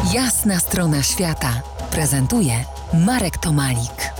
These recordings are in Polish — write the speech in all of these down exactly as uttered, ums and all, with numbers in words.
Jasna strona świata prezentuje Marek Tomalik.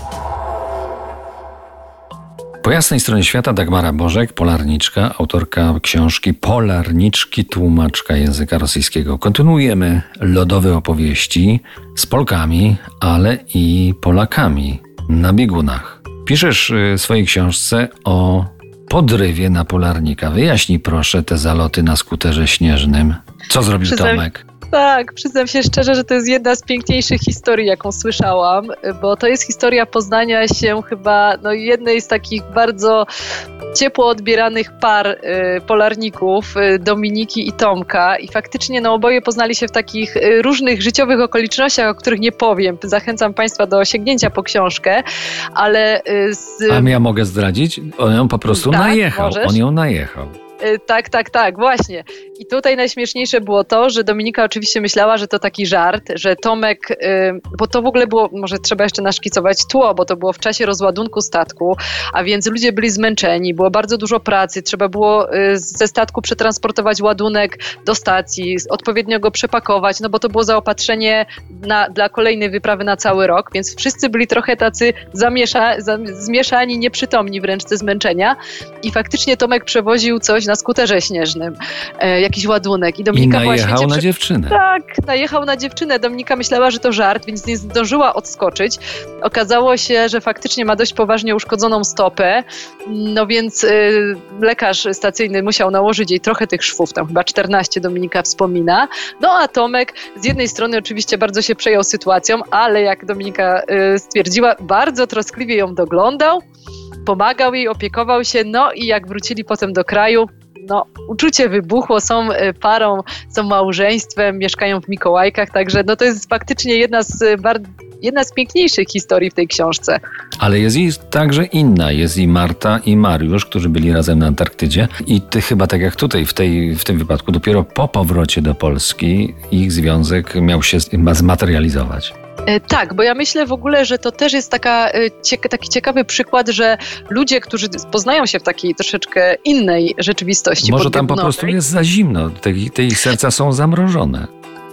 Po jasnej stronie świata Dagmara Bożek, polarniczka, autorka książki Polarniczki, tłumaczka języka rosyjskiego. Kontynuujemy lodowe opowieści z Polkami, ale i Polakami na biegunach. Piszesz w swojej książce o podrywie na polarnika. Wyjaśnij proszę te zaloty na skuterze śnieżnym. Co zrobił Przyznam, Tomek? Tak, przyznam się szczerze, że to jest jedna z piękniejszych historii, jaką słyszałam, bo to jest historia poznania się chyba no, jednej z takich bardzo ciepło odbieranych par y, polarników, y, Dominiki i Tomka, i faktycznie no, oboje poznali się w takich y, różnych życiowych okolicznościach, o których nie powiem. Zachęcam Państwa do sięgnięcia po książkę, ale... Y, z... A ja mogę zdradzić? On ją po prostu tak, najechał. Możesz? On ją najechał. Tak, tak, tak, właśnie. I tutaj najśmieszniejsze było to, że Dominika oczywiście myślała, że to taki żart, że Tomek, yy, bo to w ogóle było, może trzeba jeszcze naszkicować tło, bo to było w czasie rozładunku statku, a więc ludzie byli zmęczeni, było bardzo dużo pracy, trzeba było yy, ze statku przetransportować ładunek do stacji, odpowiednio go przepakować, no bo to było zaopatrzenie na, dla kolejnej wyprawy na cały rok, więc wszyscy byli trochę tacy zamiesza, zam, zmieszani, nieprzytomni wręcz ze zmęczenia i faktycznie Tomek przewoził coś na skuterze śnieżnym, e, jakiś ładunek. I Dominika I najechał była na przy... dziewczynę. Tak, najechał na dziewczynę. Dominika myślała, że to żart, więc nie zdążyła odskoczyć. Okazało się, że faktycznie ma dość poważnie uszkodzoną stopę, no więc y, lekarz stacyjny musiał nałożyć jej trochę tych szwów, tam chyba czternaście Dominika wspomina. No a Tomek z jednej strony oczywiście bardzo się przejął sytuacją, ale jak Dominika y, stwierdziła, bardzo troskliwie ją doglądał, pomagał jej, opiekował się, no i jak wrócili potem do kraju, no uczucie wybuchło, są parą, są małżeństwem, mieszkają w Mikołajkach, także no to jest faktycznie jedna z bardzo jedna z piękniejszych historii w tej książce. Ale jest i także inna. Jest i Marta i Mariusz, którzy byli razem na Antarktydzie i ty chyba tak jak tutaj w, tej, w tym wypadku dopiero po powrocie do Polski ich związek miał się zmaterializować. Tak, bo ja myślę w ogóle, że to też jest taka, cieka- taki ciekawy przykład, że ludzie, którzy poznają się w takiej troszeczkę innej rzeczywistości Może tam po prostu jest za zimno, te, te ich serca są zamrożone.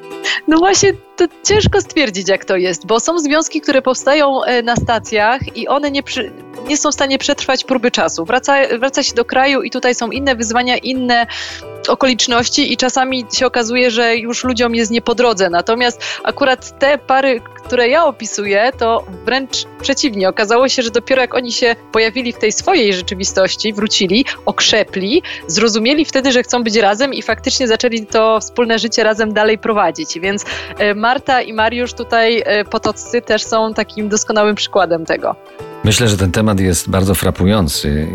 No właśnie, to ciężko stwierdzić, jak to jest, bo są związki, które powstają na stacjach i one nie, przy, nie są w stanie przetrwać próby czasu. Wraca, wraca się do kraju i tutaj są inne wyzwania, inne okoliczności i czasami się okazuje, że już ludziom jest nie po drodze. Natomiast akurat te pary, które ja opisuję, to wręcz przeciwnie. Okazało się, że dopiero jak oni się pojawili w tej swojej rzeczywistości, wrócili, okrzepli, zrozumieli wtedy, że chcą być razem i faktycznie zaczęli to wspólne życie razem dalej prowadzić. Więc Marta i Mariusz tutaj, potoccy, też są takim doskonałym przykładem tego. Myślę, że ten temat jest bardzo frapujący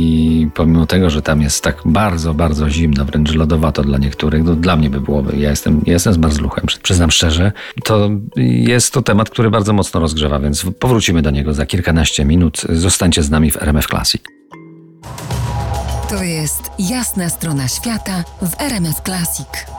i pomimo tego, że tam jest tak bardzo, bardzo zimno, wręcz lodowato dla niektórych, to dla mnie by było, ja jestem, ja jestem zmarzluchem, przyznam szczerze, to jest to temat, który bardzo mocno rozgrzewa, więc powrócimy do niego za kilkanaście minut. Zostańcie z nami w R M F Classic. To jest Jasna strona świata w R M F Classic.